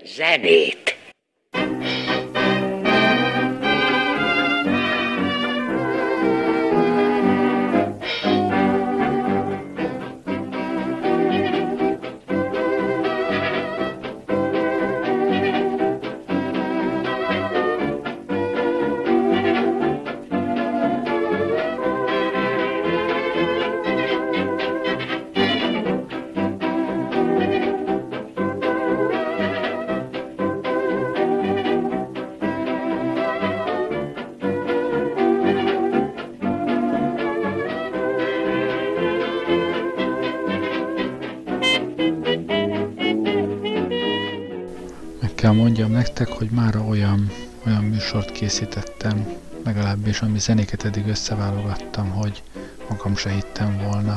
zenét. Kell mondjam nektek, hogy már olyan műsort készítettem, legalábbis ami zenéket eddig összeválogattam, hogy magam se hittem volna.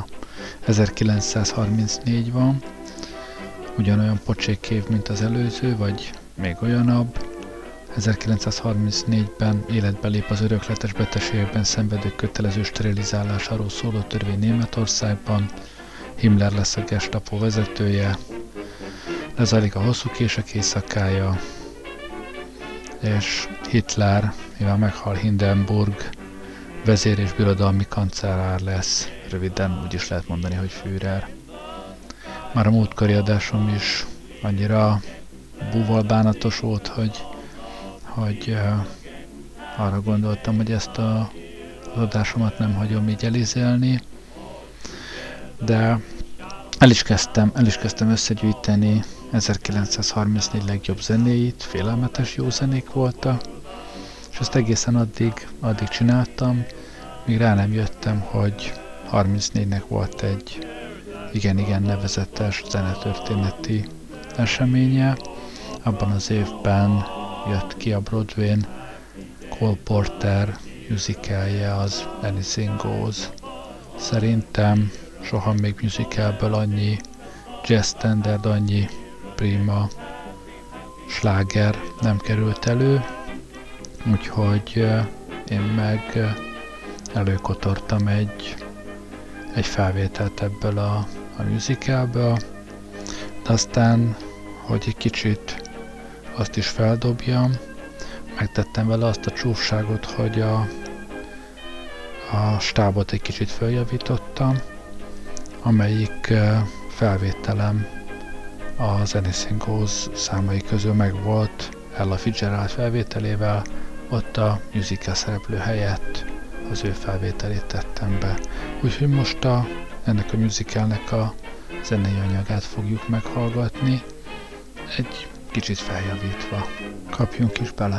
1934 van, ugyanolyan pocsék év, mint az előző, vagy még olyanabb. 1934-ben életbe lép az örökletes betegségekben szenvedők kötelező sterilizálásáról szóló törvény Németországban. Himmler lesz a Gestapo vezetője. Lezajlik a hosszú kések éjszakája, és Hitler, mivel meghal, Hindenburg vezér és birodalmi kancellár lesz. Röviden úgy is lehet mondani, hogy Führer. Már a múltkori adásom is annyira búval bánatos volt, hogy arra gondoltam, hogy ezt az adásomat nem hagyom így elizélni, de el is kezdtem összegyűjteni 1934 legjobb zenéit, félelmetes jó zenék voltak, és ezt egészen addig csináltam, míg rá nem jöttem, hogy 34-nek volt egy igen nevezetes zenetörténeti eseménye. Abban az évben jött ki a Broadwayn Cole Porter musicalje, az Anything Goes. Szerintem soha még musicalből annyi jazz standard, annyi prima sláger nem került elő, úgyhogy én meg előkotortam egy felvételt ebből a musicalből, de aztán, hogy egy kicsit azt is feldobjam, megtettem vele azt a csúfságot, hogy a stábot egy kicsit feljavítottam, amelyik felvételem az Anything Goes számai közül megvolt Ella Fitzgerald felvételével, ott a musical szereplő helyett az ő felvételét tettem be. Úgyhogy most ennek a musicalnek a zenei anyagát fogjuk meghallgatni, egy kicsit feljavítva. Kapjunk is bele!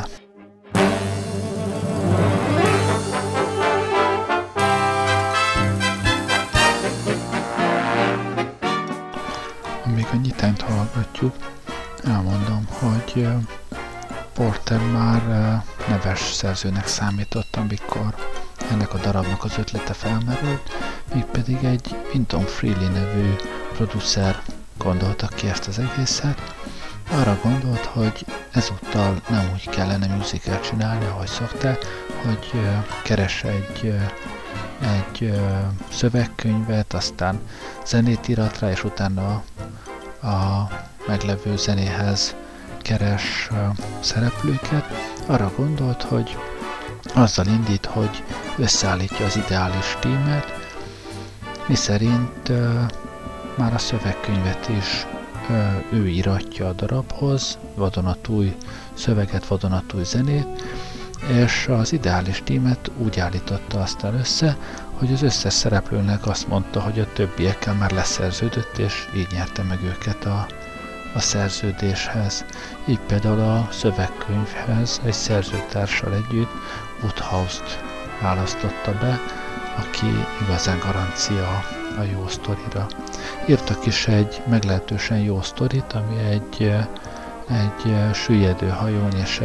Amíg a nyitányt hallgatjuk, elmondom, hogy Porter már neves szerzőnek számított, amikor ennek a darabnak az ötlete felmerült, mégpedig egy Vinton Freely nevű producer gondolta ki ezt az egészet. Arra gondolt, hogy ezúttal nem úgy kellene musicalt csinálni, ahogy szokták, hogy keres egy szövegkönyvet, aztán zenét írat rá, és utána a meglevő zenéhez keres szereplőket. Arra gondolt, hogy azzal indít, hogy összeállítja az ideális tímet, miszerint már a szövegkönyvet is ő íratja a darabhoz, vadonatúj szöveget, vadonatúj zenét, és az ideális tímet úgy állította aztán össze, hogy az összes szereplőnek azt mondta, hogy a többiekkel már leszerződött, és így nyerte meg őket a szerződéshez. Így például a szövegkönyvhez egy szerzőtársal együtt Woodhouse-t választotta be, aki igazán garancia a jó sztorira. Írtak is egy meglehetősen jó sztorit, ami egy süllyedő hajón és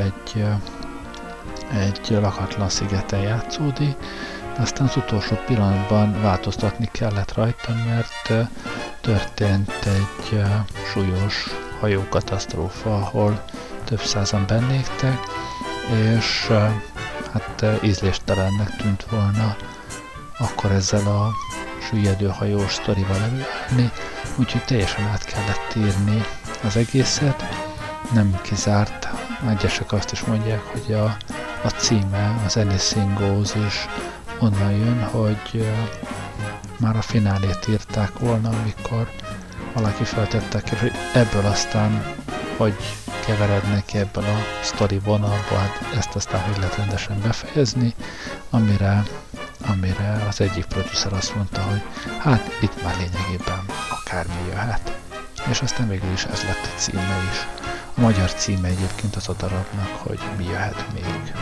egy lakatlan szigeten játszódik, de aztán az utolsó pillanatban változtatni kellett rajta, mert történt egy súlyos hajókatasztrófa, ahol több százan bennégtek, és hát ízléstelennek tűnt volna akkor ezzel a süllyedő hajós sztorival előállni, úgyhogy teljesen át kellett írni az egészet, nem kizárt, egyesek azt is mondják, hogy a címe, az Anything Goes is onnan jön, hogy már a finálét írták volna, amikor valaki feltette, hogy ebből aztán, hogy keverednek ki ebből a sztori vonalba, hát ezt aztán hogy lehet rendesen befejezni, amire az egyik producer azt mondta, hogy hát itt már lényegében akármi jöhet. És aztán végül is ez lett a címe is. A magyar címe egyébként az a darabnak, hogy mi jöhet még.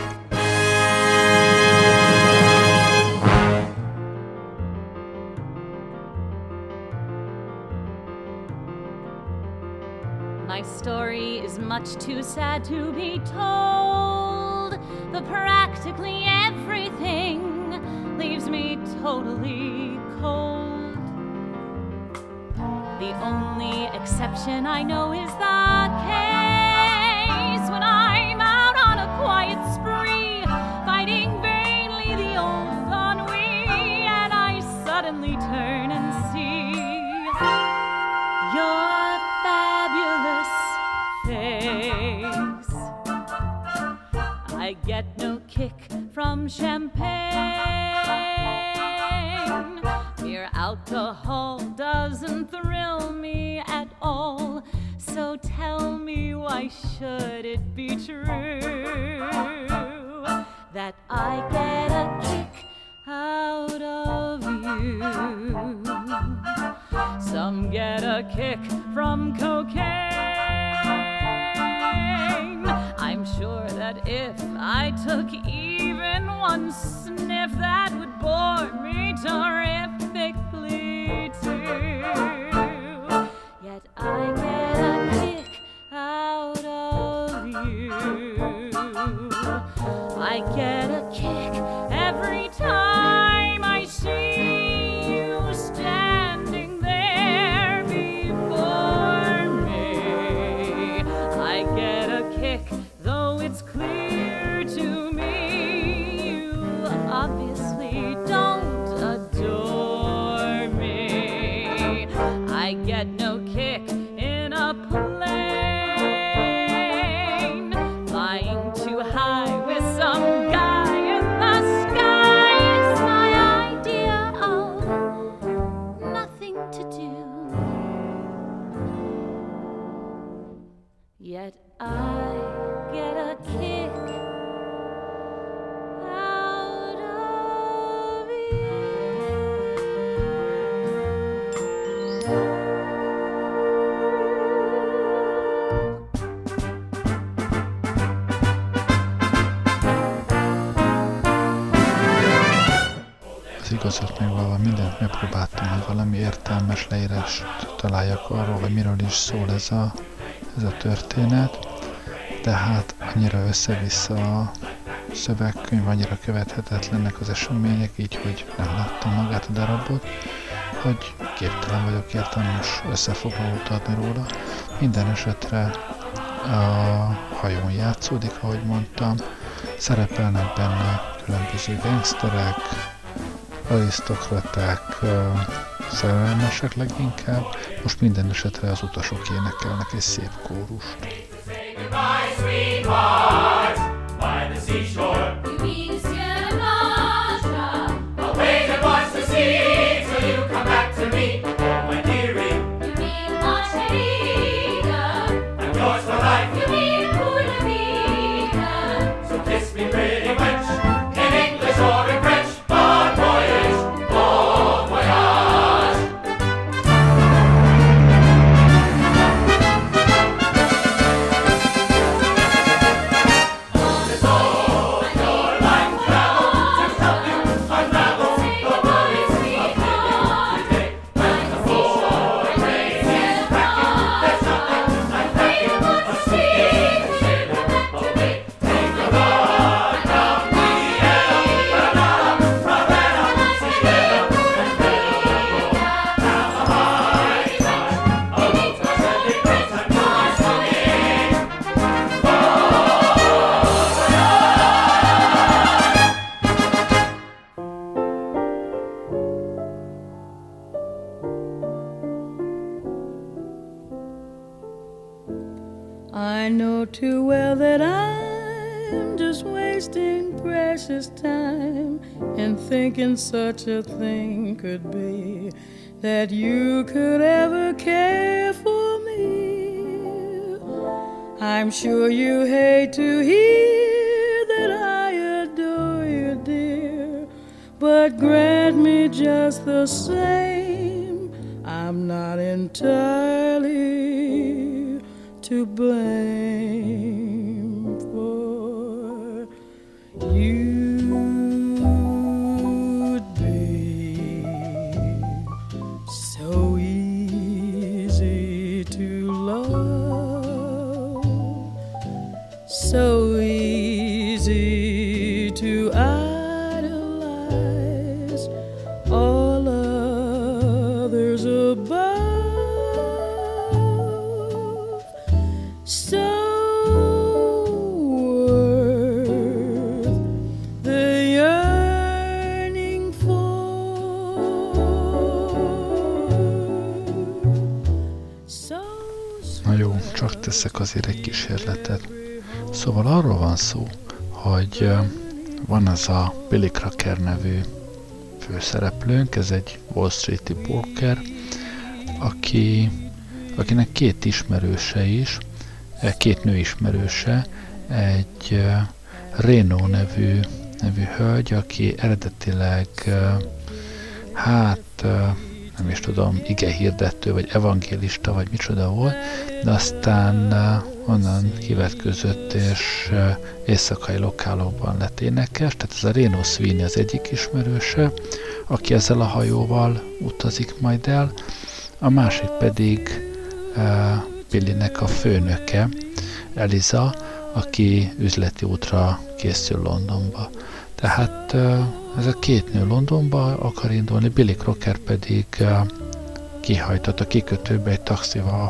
My story is much too sad to be told, but practically everything leaves me totally cold. The only exception I know is the case when I'm out on a quiet spree, fighting vainly the old ennui, and I suddenly turn and see your fabulous face. I get no kick from champagne. Mere alcohol doesn't thrill me at all. So tell me, why should it be true that I get a kick out of you? Some get a kick from cocaine. I'm sure that if I took even one sniff, that would bore me terrifically too. Yet I get a kick out of you. I get a kick every time I see you standing there before me. I get a kick, though it's clear to me you obviously don't adore me. I get no kick in a plane, flying too high with some guy in the sky is my idea of nothing to do. Yet I get a kick out of you. Az igazat megvalva mindent megpróbáltam, hogy valami értelmes leírást találjak arról, hogy miről is szól ez a történet, de hát annyira össze-vissza a szövegkönyv, annyira követhetetlennek az események, így, hogy nem láttam magát a darabot, hogy képtelen vagyok értelmes összefoglalót adni róla. Minden esetre a hajón játszódik, ahogy mondtam, szerepelnek benne különböző gangsterek, arisztokraták, szerelmesek leginkább, most minden esetre az utasok énekelnek egy szép kórust. Say goodbye, sweetheart, by the seashore. I'll wait and watch the sea till you come back to me. Oh, my dearie, I'm yours for life. So kiss me, pretty wench, in English or in French. Bon voyage, bon voyage. On its own, your life travel to help you unravel the worries of living today. When the boat race is cracking, there's nothing like packing a suitcase and sailing away. Take a run down the Granada, Ravenna, Siena, and Belgrade. Have a high time, a boat to Atlantic Great time to my swimming. I know too well that I'm just wasting precious time in thinking such a thing could be, that you could ever care for me. I'm sure you hate to hear that I adore you, dear, but grant me just the same, I'm not entirely to blame for you'd be so easy to love, so easy to idolize all others above. So worth the yearning for. So Na jó, csak teszek azért egy kísérletet. Szóval arról van szó, hogy van az a Billy Cracker nevű főszereplőnk, ez egy Wall Street-i broker, akinek két ismerőse is, két nő ismerőse, egy Reno nevű hölgy, aki eredetileg nem is tudom, igehirdető, vagy evangélista, vagy micsoda volt, de aztán onnan kivetközött, és éjszakai lokálokban lett énekes, tehát ez a Reno Sweeney az egyik ismerőse, aki ezzel a hajóval utazik majd el, a másik pedig Billynek a főnöke, Eliza, aki üzleti útra készül Londonba. Tehát ez a két nő Londonba akar indulni, Billy Crocker pedig kihajtott a kikötőbe egy taxival,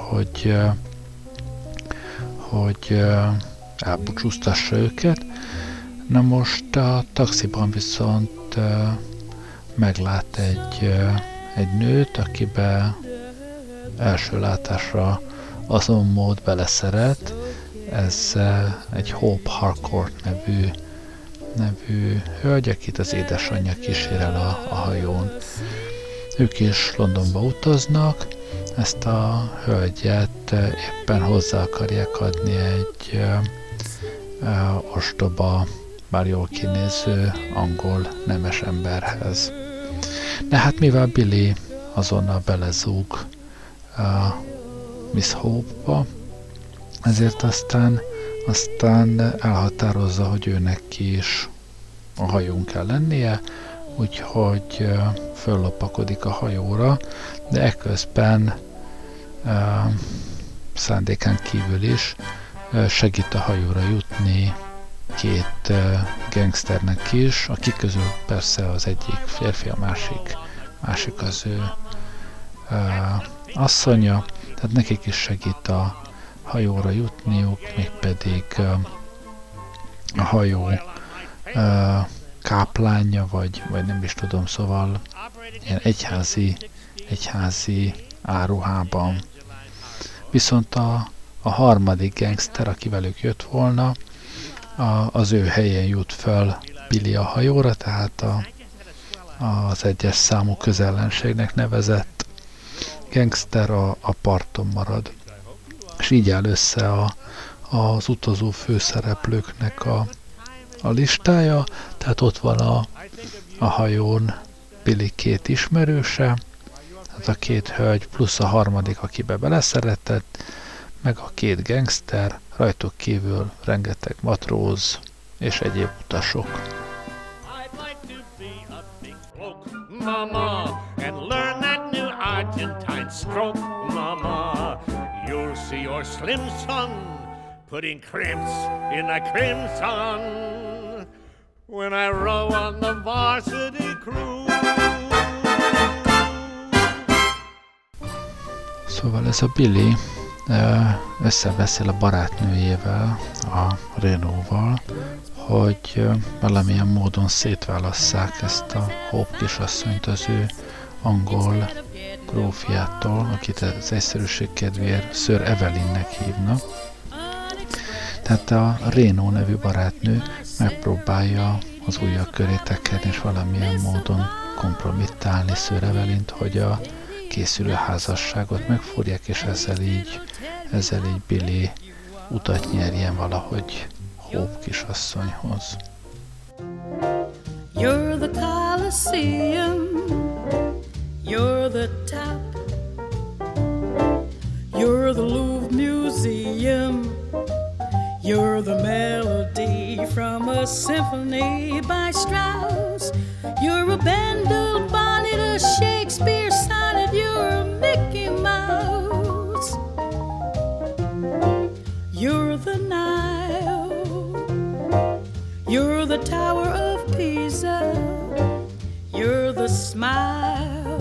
hogy elbúcsúztassa őket. Na most a taxiban viszont meglát egy nőt, akibe első látásra azon mód beleszeret. Ez egy Hope Harcourt nevű hölgy, akit az édesanyja kísérel a hajón. Ők is Londonba utaznak, ezt a hölgyet éppen hozzá akarják adni egy ostoba, bár jól kinéző angol nemes emberhez. De hát mivel Billy azonnal belezúg Miss Hope-ba, ezért aztán elhatározza, hogy őnek is a hajón kell lennie, úgyhogy föllopakodik a hajóra, de eközben szándékán kívül is segít a hajóra jutni két gangsternek is, akik közül persze az egyik férfi, a másik az ő asszonya, tehát nekik is segít a hajóra jutniuk, mégpedig a hajó káplánja, vagy nem is tudom, szóval ilyen egyházi áruhában. Viszont a harmadik gangster, aki velük jött volna, az ő helyen jut fel Billy a hajóra, tehát az egyes számú közellenségnek nevezett gangster a parton marad. És így áll össze az utazó főszereplőknek a listája, tehát ott van a hajón Billy két ismerőse, tehát a két hölgy plusz a harmadik, akibe beleszeretett, meg a két gangster, rajtuk kívül rengeteg matróz és egyéb utasok. I'd like to be a big bloke, mama, and learn that new Argentine stroke, mama. You'll see your slim son putting crimps in the crimson when I row on the varsity cruise. Szóval ez a Billy összebeszél a barátnőjével, a Renault-val, hogy valamilyen módon szétválasszák ezt a Hope kisasszonyt az ő angol grófjától, akit az egyszerűség kedvéért Sir Evelynnek hívnak. Tehát a Reno nevű barátnő megpróbálja az ujjak köré tekerni és valamilyen módon kompromittálni Sir Evelyn-t, hogy a készülő házasságot megfúrják, és ezzel így Billy utat nyerjen valahogy Hope kisasszonyhoz. You're the Colosseum, you're the top, you're the Louvre Museum, you're the melody from a symphony by Strauss, you're a Bendel bonnet, a Shakespeare sonnet, you're a Mickey Mouse, you're the Nile, you're the Tower of Pisa, you're the smile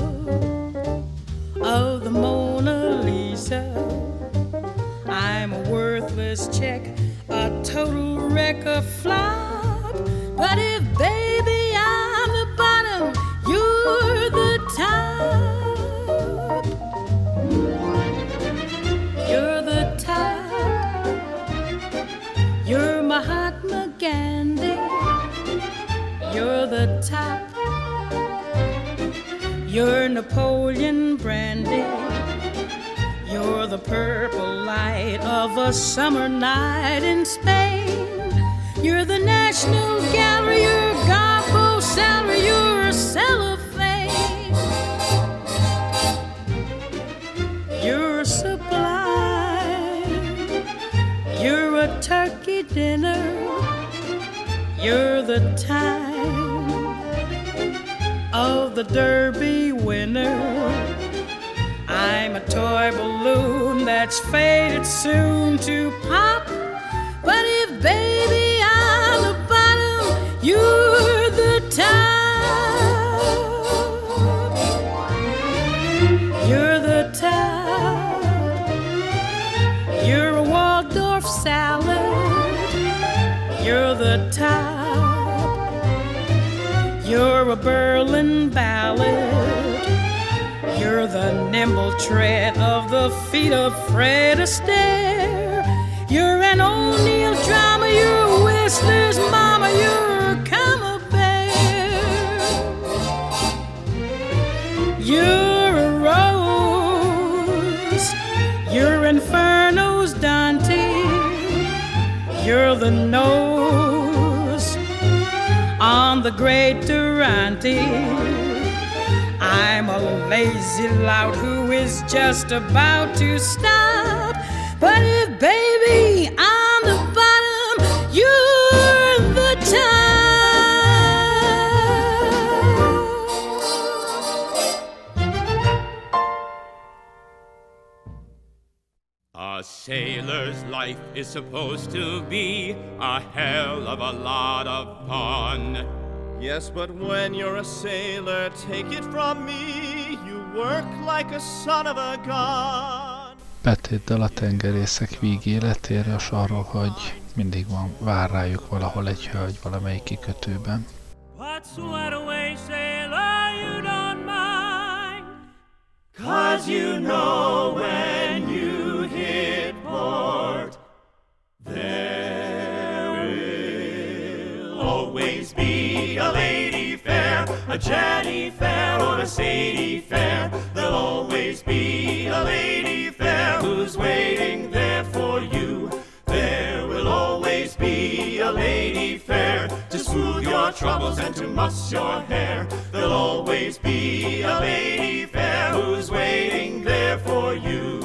of the Mona Lisa. I'm a worthless check, a total wreck, a flop. But if baby I'm the bottom, you're the top. You're the top. You're Mahatma Gandhi. You're the top. You're Napoleon Brandy. You're the purple light of a summer night in Spain. You're the National Gallery. You're Garbo Salary. You're cellophane. You're sublime. You're a turkey dinner. You're the time of the Derby winner. I'm a toy balloon that's faded soon to pop. But if baby I'm the bottom, you're the top. You're the top. You're a Waldorf salad. You're the top. You're a Berlin ballad. You're the nimble tread of the feet of Fred Astaire. You're an O'Neill drama. You're a Whistler's mama. You're a Camembert. You're a rose. You're Inferno's Dante. You're the nose on the great Durante. I'm a lazy lout who is just about to stop. But if baby I'm the bottom, you're the top. A sailor's life is supposed to be a hell of a lot of fun. Yes, but when you're a sailor, take it from me, you work like a son of a gun. Betétdal a tengerészek vígéletéről, és arról, hogy mindig vár rájuk valahol egy hölgy valamelyik kikötőben. But sweat away, sailor, you don't mind, 'Cause you know when you hit port, there will always be a lady fair, a Jenny fair or a Sadie fair. There'll always be a lady fair who's waiting there for you. There will always be a lady fair to smooth your troubles and to muss your hair. There'll always be a lady fair who's waiting there for you.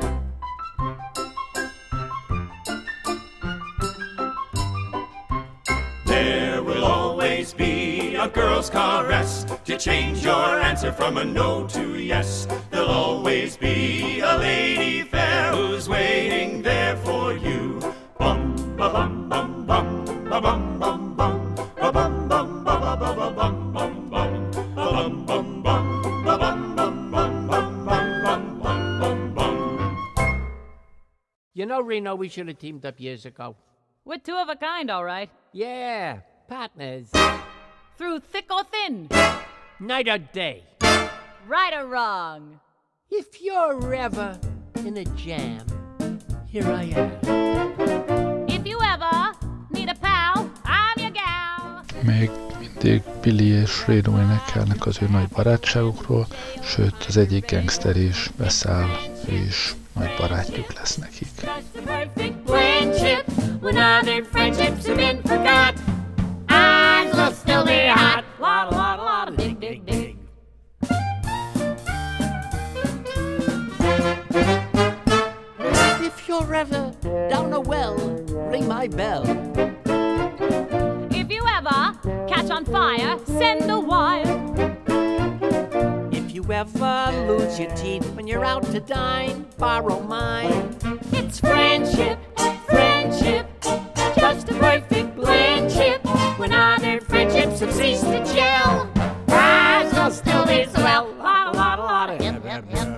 There will always be a girl's caress to change your answer from a no to yes. There'll always be a lady fair who's waiting there for you. Bum ba bum bum bum ba bum bum bum ba bum bum ba ba ba ba bum bum bum ba bum bum bum ba bum bum bum bum bum bum bum bum bum. You know, Reno, we should have teamed up years ago. We're two of a kind, all right. Yeah, partners. Through thick or thin, Night or day. right or wrong. If you're ever in a jam, here I am. If you Még mindig Billy és Reno énekelnek az ő nagy barátságukról, sőt az egyik gangster is beszáll, és nagy barátjuk lesz nekik. Just a perfect friendship when other friendships have been forgot. Ours will still be hot. Lot, dig, dig, dig. If you're ever down a well, ring my bell. If you ever catch on fire, send a wire. If you ever lose your teeth when you're out to dine, borrow mine. It's friendship, friendship, just a perfect friendship. When other friendships have ceased to gel, ours will still be swell. Lot, yep, yep, yep.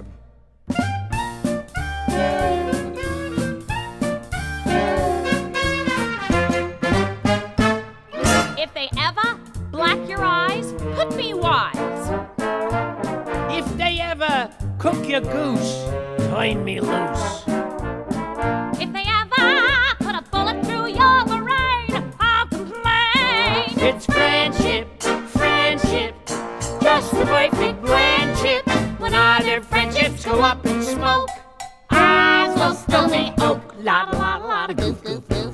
If they ever black your eyes, put me wise. If they ever cook your goose, turn me loose. If they ever put a bullet through your brain, I'll complain. It's friendship, Friendship, just a perfect friendship. When other friendships go up in smoke, ours will still be oak. Lot, goof, goof, goof.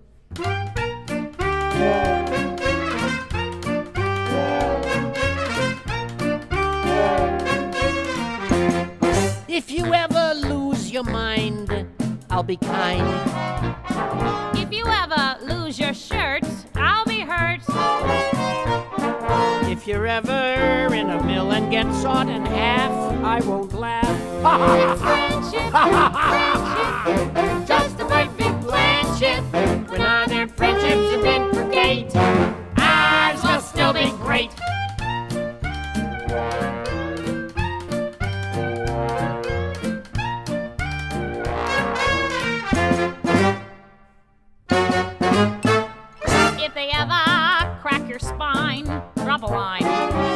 If you ever lose your mind, I'll be kind. If you ever lose your shirt, I'll be hurt. If you're ever in a mill and get sawed in half, I won't laugh. It's friendship, friendship, just a perfect friendship. When other friendships have been forgate, ours will still be great. If they ever crack your spine, drop a line.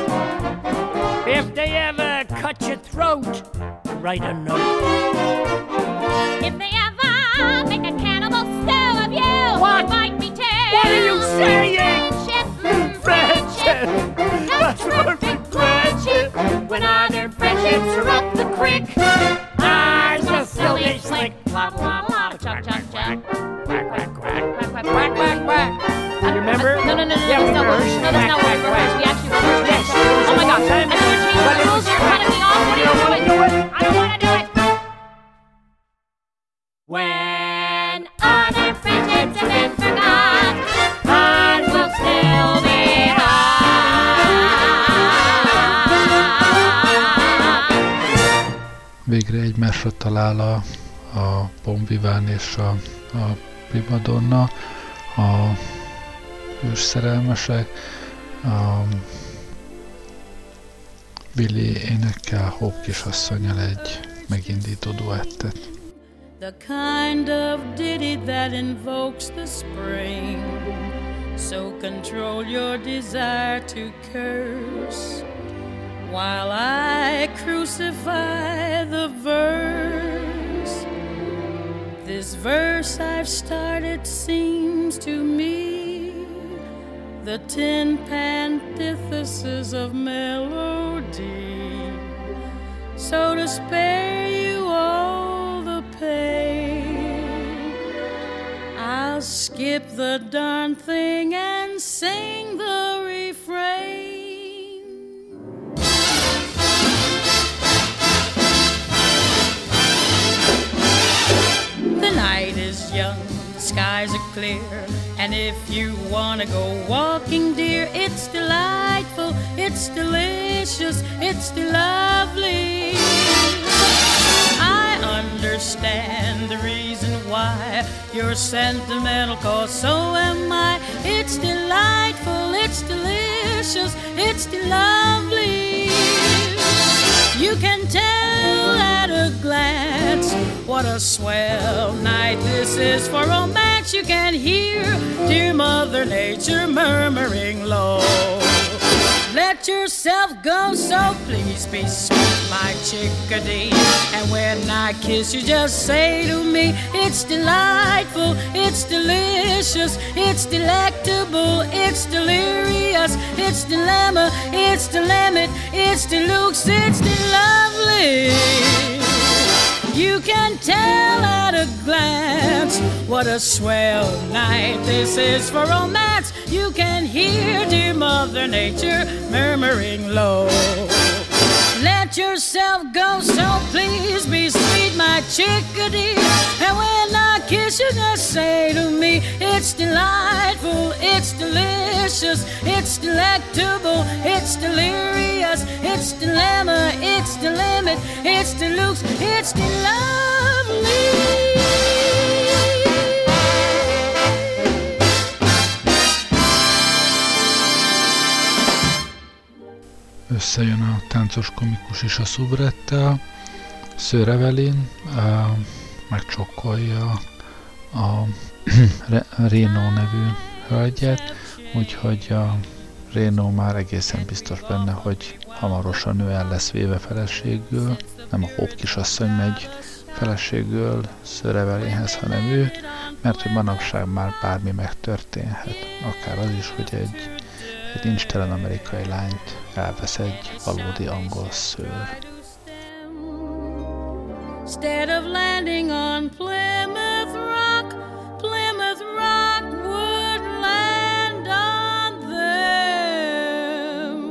If they ever cut your throat, write a note. If they ever make a cannibal stew of you, What? bite me too. What are you saying? Friendship, Friendship, just perfect friendship. When other friendships are up the creek, ours will still be slick. Blah, blah, blah, chuck, chuck, chuck. Quack, quack, quack. Quack, quack, quack, quack, quack. You remember? No, Yeah, that's we not what rehearsed. no, that's not what we rehearsed. We actually rehearsed it. Oh my god. I know we're changing the rules. You're cutting me off. What are you doing? I don't want to do it. When other friendships have been forgot, ours will still be hot. Végre egymásra talál a Bon Vivant és a primadonna, a hős szerelmesek. Billy énekel Hope kisasszonnyal egy megindító duettet. The kind of ditty that invokes the spring. So control your desire to curse, while I crucify the verse. This verse I've started seems to me the tin antithesis of melody. So to spare you all the pain, I'll skip the darn thing and sing the refrain. The night is young, the skies are clear, and if you wanna go walking, dear, it's delightful, it's delicious, it's lovely. I understand the reason why you're sentimental, 'cause so am I. It's delightful, it's delicious, it's lovely. You can tell at a glance what a swell night this is for romance. You can hear dear Mother Nature murmuring low. Let yourself go, so please be sweet, my chickadee. And when I kiss you, just say to me, it's delightful, it's delicious, it's delectable, it's delirious, it's dilemma, it's the limit, it's deluxe, it's the lovely. You can tell at a glance what a swell night this is for romance. You can hear dear Mother Nature murmuring low. Let yourself go, so please be sweet, my chickadee. And when I kiss you, just say to me, it's delightful, it's delicious, it's delectable, it's delirious, it's dilemma, it's the limit, it's deluxe, it's the lovely. Összejön a táncos komikus is a szubrettel. Sir Evelyn megcsokkolja a Reno nevű hölgyet, úgyhogy a Reno már egészen biztos benne, hogy hamarosan ő el lesz véve feleségül. Nem a Hope kisasszony megy feleségül Sir Evelynhez, hanem ő, mert hogy manapság már bármi megtörténhet. Akár az is, hogy egy nincstelen amerikai lányt elvesz egy valódi angol szőr. Instead of landing on Plymouth Rock would land on them.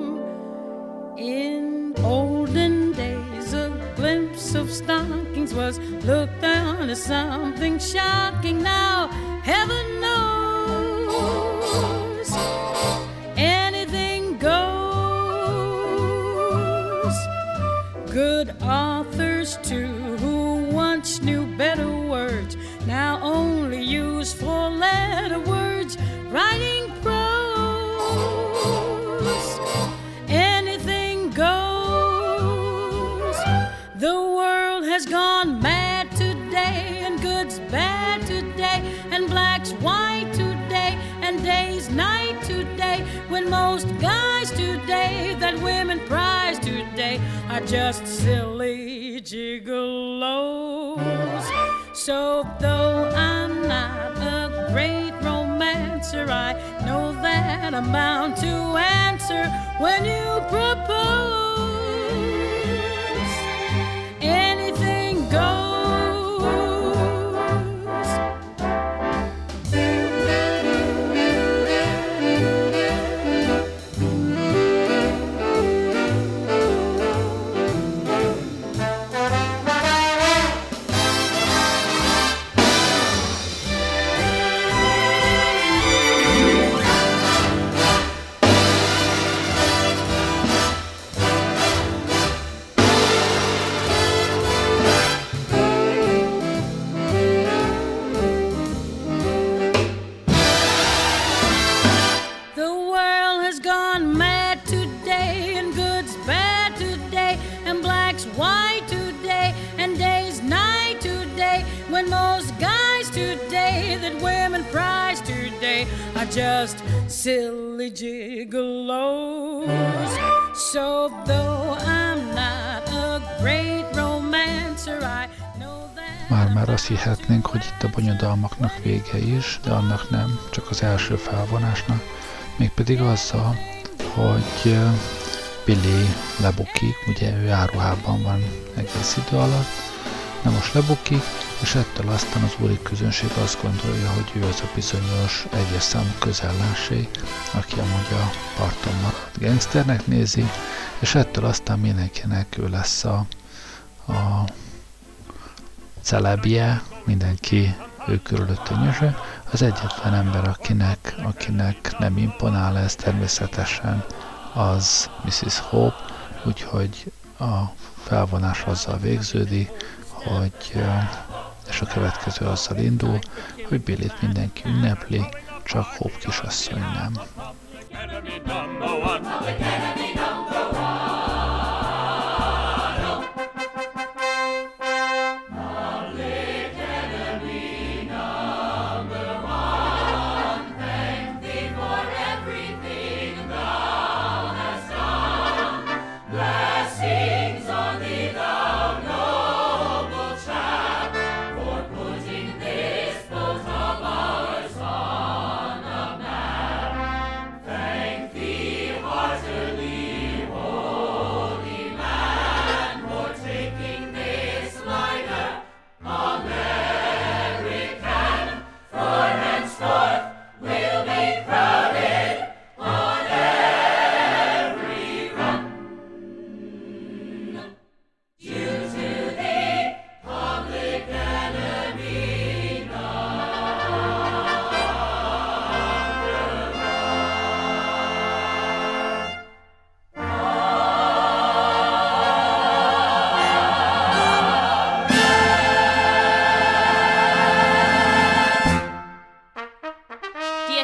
In olden days, a glimpse of stockings was looked on as something shocking. Now, heaven knows, anything goes. Good authors too, who once knew better words, now only use four-letter words, writing prose. Anything goes. The world has gone mad today, and good's bad today, and black's white today, and day's night today, when most guys today that women prize today are just silly gigolos. So though I'm not a great romancer, I know that I'm bound to answer when you propose. Anything goes. Just silly gigolos. So though I'm not a great romancer, I know that. Már azt hihetnénk, hogy itt a bonyodalmaknak vége is, de annak nem, csak az első felvonásnak. Mégpedig azzal, hogy Billy lebukik, ugye ő áruhában van egész idő alatt, de most lebukik, és ettől aztán az úri közönség azt gondolja, hogy ő az a bizonyos egyes számú közellenség, aki amúgy a parton maradt gangsternek nézi, és ettől aztán mindenkinek ő lesz a celebje, mindenki ő körülötte nyöső. Az egyetlen ember, akinek nem imponál ez természetesen, az Mrs. Hope, úgyhogy a felvonás azzal végződik, hogy és a következő azzal indul, hogy Billyt mindenki ünnepli, csak Hope kisasszony nem. Thank thee for everything thou hast done.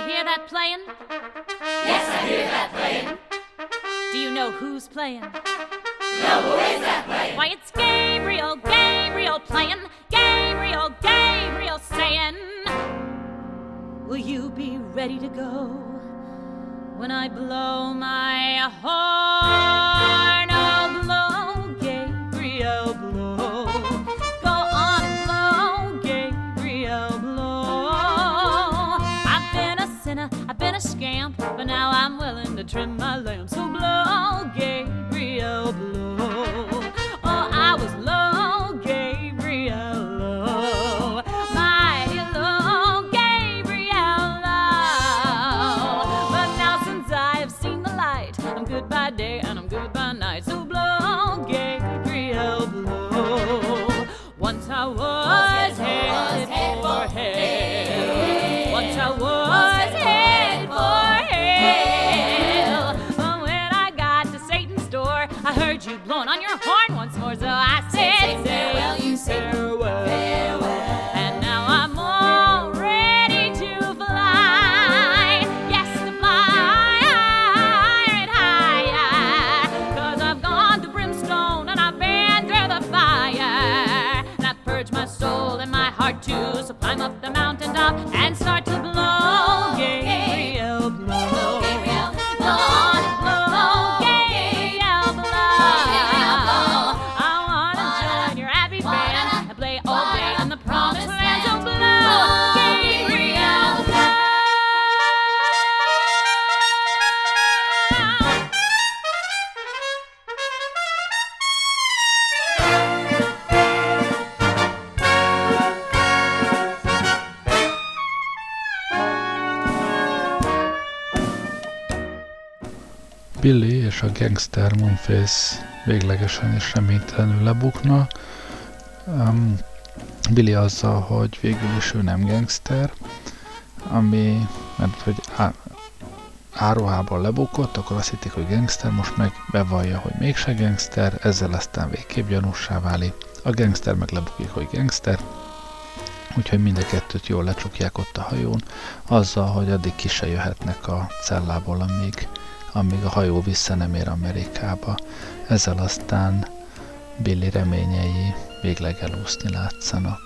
hear that playing? Yes, I hear that playing. Do you know who's playing? No, who is that playing? Why, it's Gabriel, Gabriel playing. Gabriel, Gabriel saying, will you be ready to go when I blow my horn? Oh, blow, Gabriel, blow. Go on and blow, Gabriel, blow. I've been a sinner, I've been a scamp, but now I'm willing to trim my lamp. So blow, Gabriel, blow. Oh, I was low, Gabriel, low. Mighty low, Gabriel, low. But now since I have seen the light, I'm good by day and I'm good by night. So blow, Gabriel, blow. Once I was headed for hell. Once I was headed for hell. But when I got to Satan's door, I heard you blowing on your horn once more. So I said, farewell, you say farewell. farewell. And now I'm all ready to fly. Yes, to fly higher and higher. 'Cause I've gone to brimstone and I've been through the fire. And I've purged my soul and my heart too. So climb up the mountaintop and start to blow. Gabriel, blow. Gabriel, Blow on and blow. Gabriel, blow. I wanna join your happy band and play all day in the promised land. So blow, Gabriel, blow. Billy és a gangster Moonface véglegesen és reménytelenül lebukna. Billy azzal, hogy végül is ő nem gangster, ami, mert hogy áruhában lebukott, akkor azt hitték, hogy gangster, most meg bevallja, hogy mégse gangster, ezzel aztán végképp gyanússá válik. A gangster meg lebukik, hogy gangster, úgyhogy mind a kettőt jól lecsukják ott a hajón, azzal, hogy addig ki se jöhetnek a cellából, amíg a hajó vissza nem ér Amerikába. Ezzel aztán Billy reményei végleg elúszni látszanak.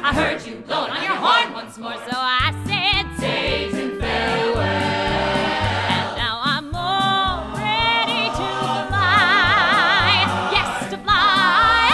I heard you blowing on your horn once more, so I said, sage and farewell. And now I'm all ready to fly. Yes, to fly.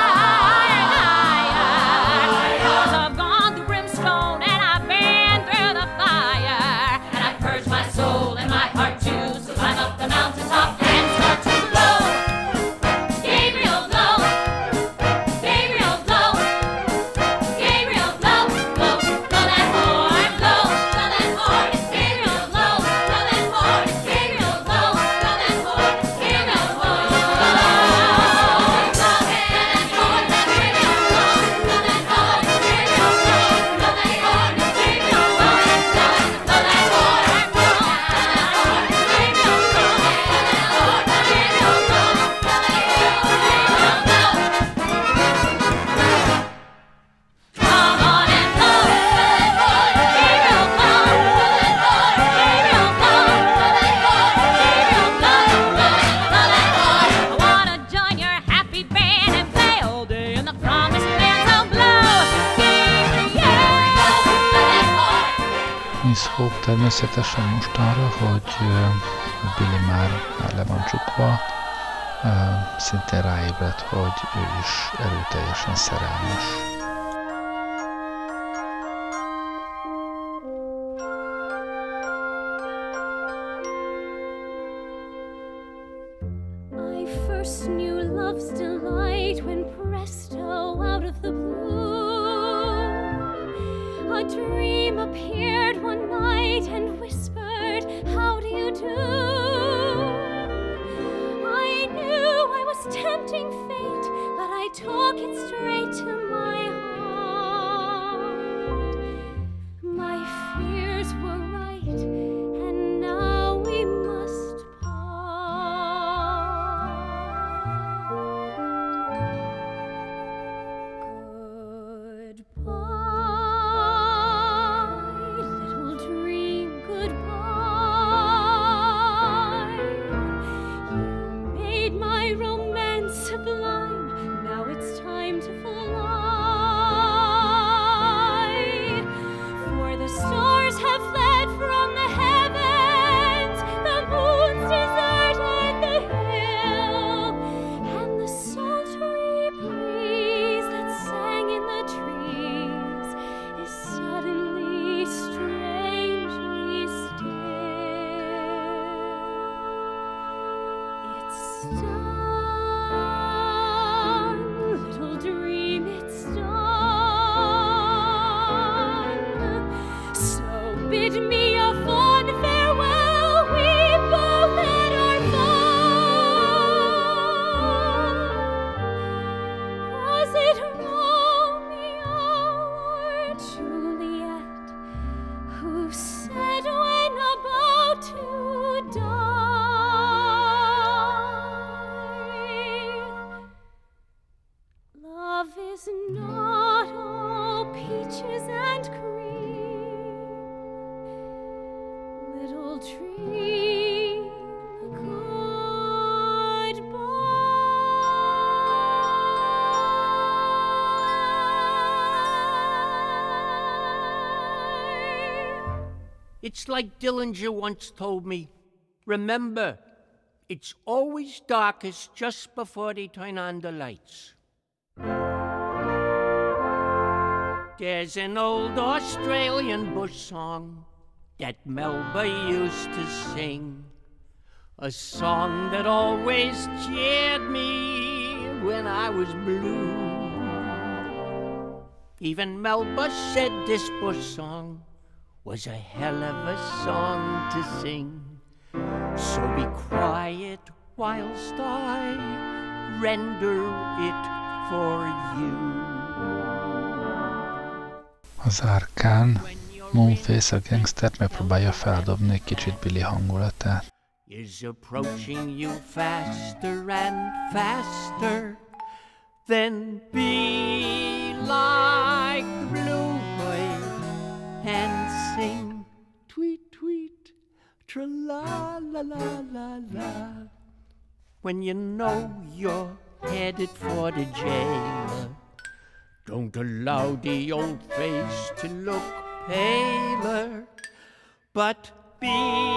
'Cause I've gone through brimstone and I've been through the fire. And I've purged my soul and my heart too. So climb up the mountaintop and start to blow. Gabriel blow. Gabriel blow. Gabriel blow. Blow. Blow that horn. Blow. Blow that horn. It's Gabriel blow. Blow that horn. It's Gabriel blow. Blow that horn. It's Gabriel blow. Blow that horn. Blow that horn. It's Gabriel blow. Blow that horn. It's Gabriel blow. Blow that horn. It's Gabriel blow. Blow that horn. Come on and blow. Gabriel blow. Gabriel blow. Gabriel blow. Blow that horn. I wanna join your happy band and play all day in the promised land. So blow. Miss Hope természetesen most arra, hogy Billy már le van csukva, szintén ráébred, hogy ő is erőteljesen szerelmes. I first knew love's delight when presto, out of the blue, a dream appeared one night and whispered, how do you do? I knew I was tempting fate, but I took it straight to my heart. My fears were right, and now we must part. Goodbye, little dream, goodbye. You made my romance sublime, now it's time to fly. For the stars have fled from the heavens, the moon's deserted the hill, and the sultry breeze that sang in the trees is suddenly strangely still. It's done, little dream, it's done. So bid me a fond farewell, we both had our fun. Was it Romeo or Juliet who said when about to die, love is not all peaches and cream, little dream, goodbye. It's like Dillinger once told me, remember, it's always darkest just before they turn on the lights. There's an old Australian bush song that Melba used to sing, a song that always cheered me when I was blue. Even Melba said this bush song was a hell of a song to sing. So be quiet whilst I render it for you. Az árkán Moonface a gangstert megpróbálja feldobni egy kicsit Billy hangulatát. Is approaching you faster and faster. Then be like the blue wave and sing tweet tweet tra la la la la la. When you know you're headed for the jail, Don't allow the old face to look paler, but be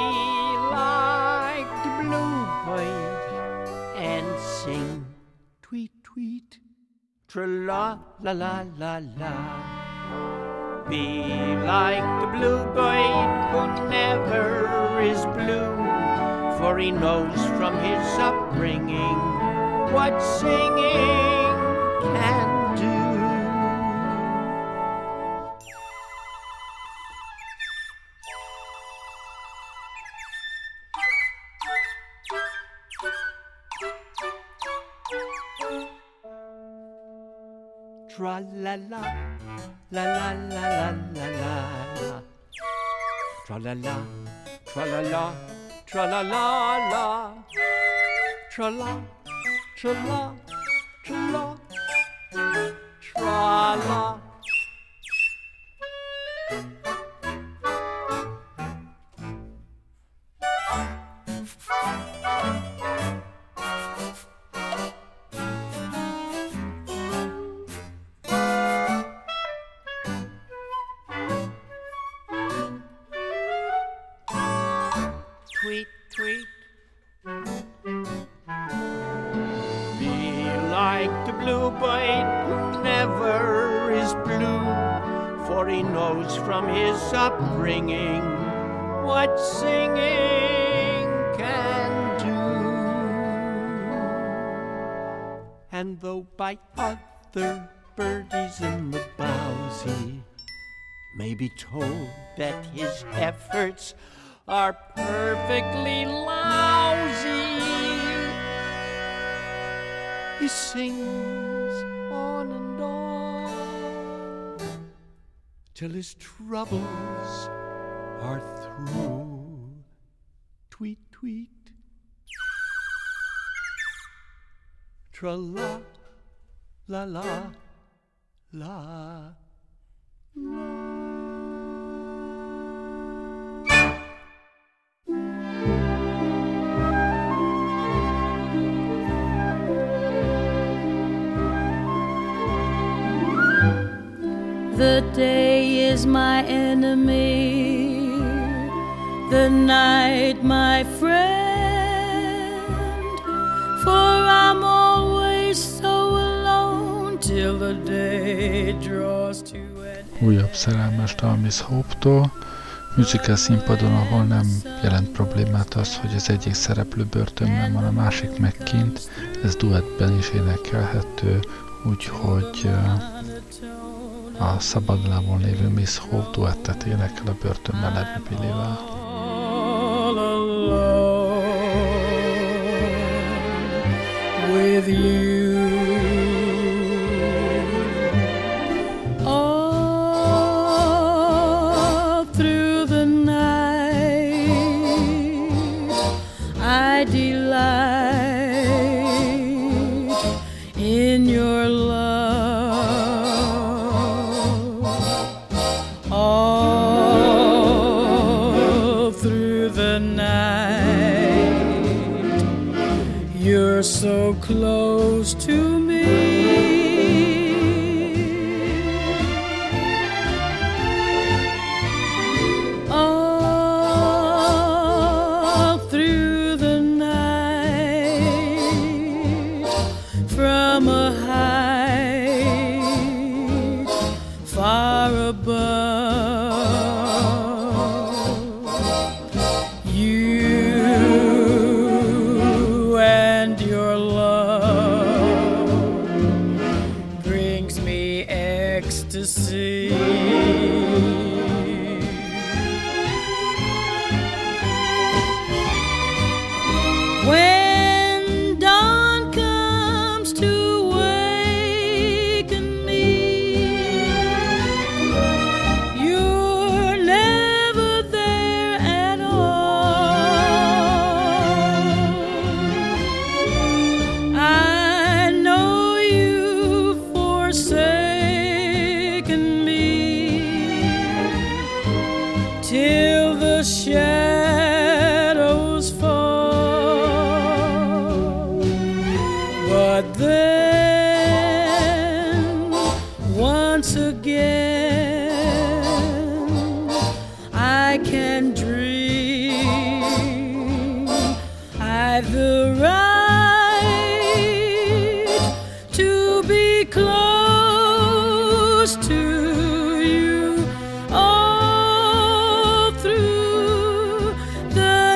like the bluebird and sing tweet, tweet, tra-la-la-la-la-la. Be like the bluebird who never is blue, for he knows from his upbringing what singing can do. Tra-la-la, la-la-la-la-la-la. Tra-la-la, tra-la-la, tra-la-la-la. Tra-la, tra-la, tra-la, tra-la. Tweet, tweet. Be like the bluebird who never is blue, for he knows from his upbringing what singing can do. And though by other birdies in the boughs he may be told that his efforts are perfectly lousy, he sings on and on till his troubles are through. Tweet, tweet, tra-la, la-la, la. The day is my enemy, the night my friend, for I'm always so alone till the day draws to an end. Újabb szerelmes dal Miss Hope-tól. Musical színpadon, ahol nem jelent problémát az, hogy az egyik szereplő börtönben van, a másik meg kint. Ez duettben is énekelhető, úgyhogy a szabadlábon lévő Miss Hope duettet énekel a börtönben levő Billyvel. All alone with you. All through the night I delight in your love. You're so close to me. All through the night, from a height far above, ecstasy. When dawn comes to waken me, you're never there at all. I know you've forsaken till the shadows fall. But then again. I can dream. I've the right to be close to you all through the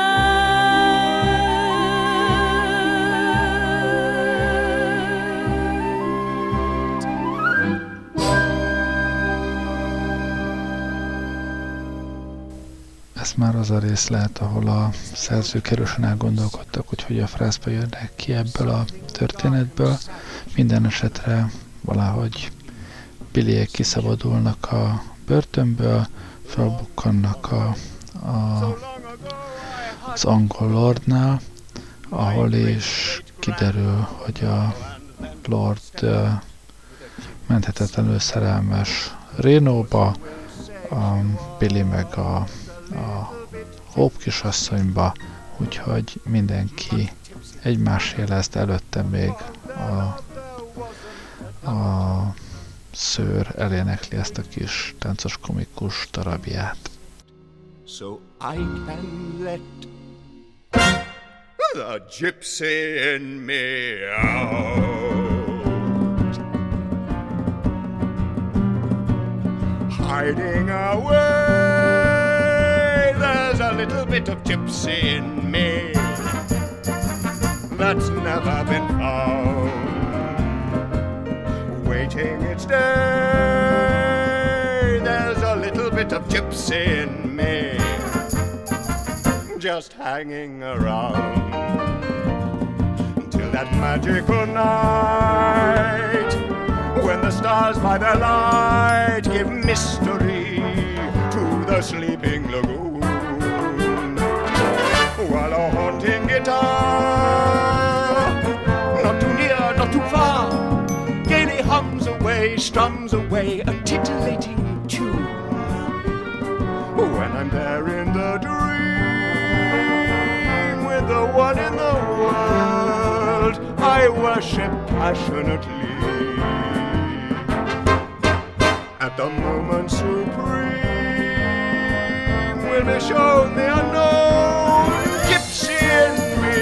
Ez már az a rész lehet, ahol a szerzők erősen elgondolkodtak, hogy a frázba jönnek ki ebből a történetből. Minden esetre valahogy Billyék kiszabadulnak a börtönből, felbukkannak az angol lordnál, ahol is kiderül, hogy a lord menthetetlenül szerelmes Rénóba, a Billy meg a Hope kisasszonyba, úgyhogy mindenki egymásé lesz, de előtte még a szőr elénekli ezt a kis táncos komikus darabját. So I can let the gypsy in me out, hiding away. There's a little bit of gypsy in me that's never been found, waiting its day. There's a little bit of gypsy in me just hanging around till that magical night when the stars by their light give mystery to the sleeping lagoon, while a haunting guitar, not too near, not too far, gaily hums away, strums away a titillating tune. When I'm there in the dream with the one in the world I worship passionately, at the moment supreme will be shown the unknown gypsy in me.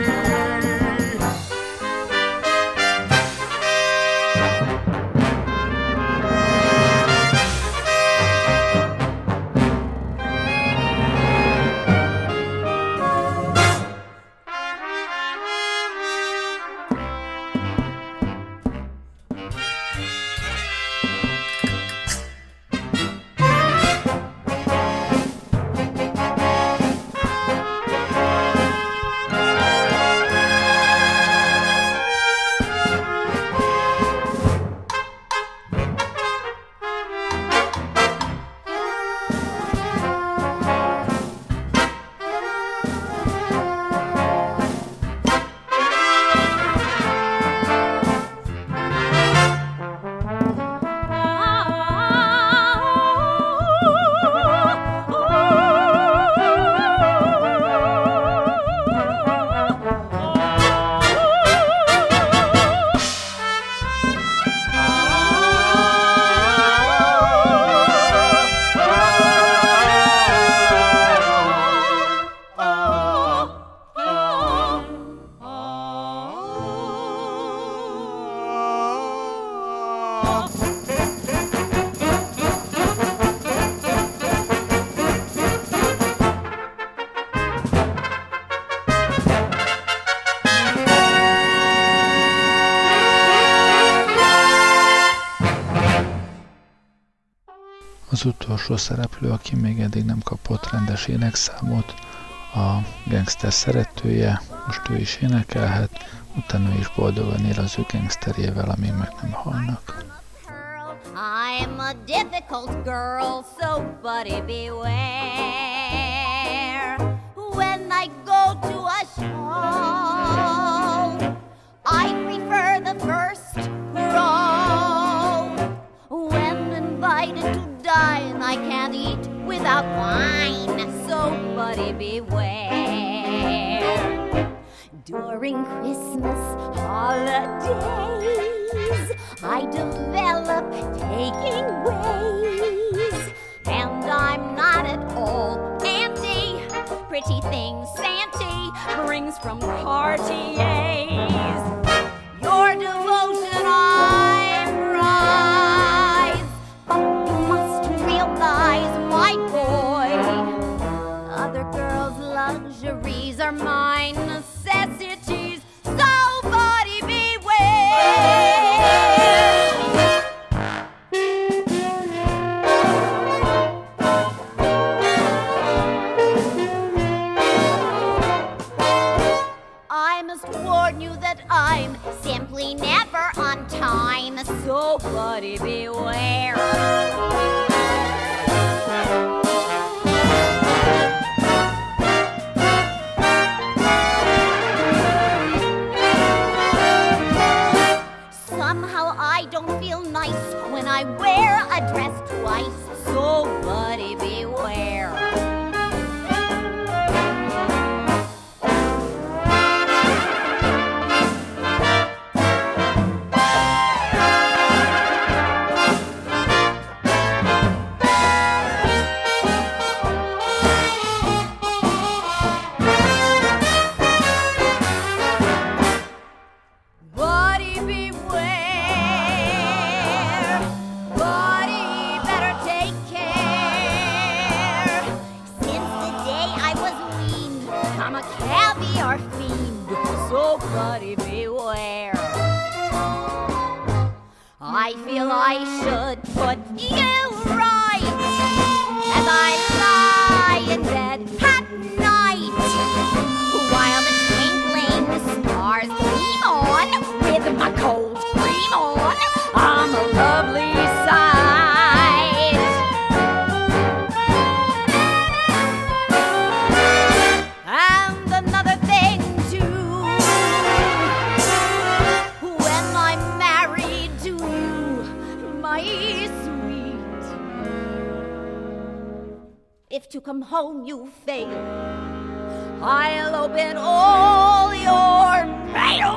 Az utolsó szereplő, aki még eddig nem kapott rendes énekszámot, a gangster szeretője, most ő is énekelhet, utána is boldogan él az ő gangsterjével, amíg meg nem halnak. I'm a difficult girl, so buddy beware. When I go to a show, I prefer the first row. When invited to dine, I can't eat without wine, so buddy beware. During Christmas holiday, I develop taking ways, and I'm not at all anti pretty things Santy brings from Cartier's. Your devotion I prize, but you must realize, my boy, other girls' luxuries are my necessities. So, buddy, beware. I must warn you that I'm simply never on time. So, buddy, beware. Somehow I don't feel nice when I wear a dress twice. So, buddy, beware. Buddy, beware. Buddy, better take care. Since the day I was weaned, I'm a caviar fiend. So, buddy, beware. I feel I should put you right as I lie in bed at night, while the twinkling stars gleam on with my cold cream on. I'm a lovely sight. And another thing too, when I'm married to you, my sweet, if to come home you fail, I'll open all your mail.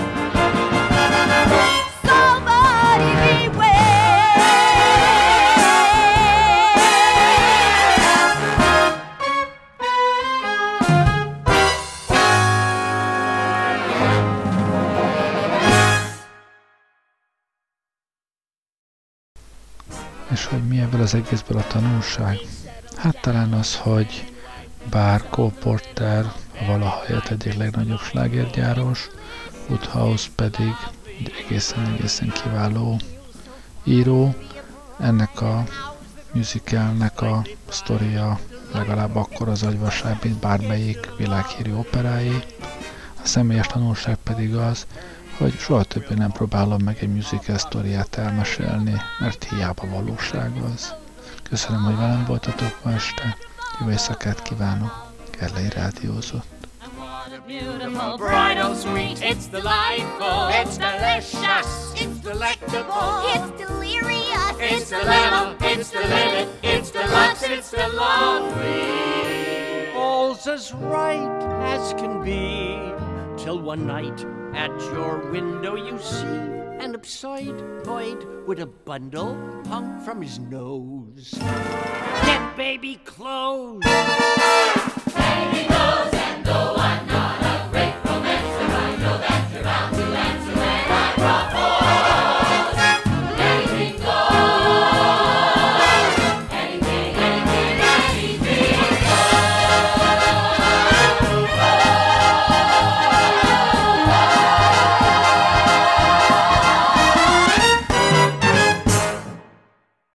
Somebody beware. És hogy mi ebből az egészből a tanulság? Hát talán az, hogy bár Cole Porter a valaha élt egyik legnagyobb slágergyáros, Woodhouse pedig egy egészen kiváló író, ennek a musicalnek a sztoria legalább akkor az agyvaság, mint bármelyik világhírű operáé. A személyes tanulság pedig az, hogy soha többé nem próbálom meg egy musical sztoriát elmesélni, mert hiába valóság az. Köszönöm, hogy velem voltatok ma este. Jó éjszakát kívánok. Gerlei rádiózott. Beautiful, bridal suite. It's delightful. It's delicious. It's delectable. It's delirious. It's dilemma. It's the limit. It's deluxe. It's the lovely. All's as right as can be, till one night at your window you see an absurd boy with a bundle hung from his nose. Get baby clothes. Baby knows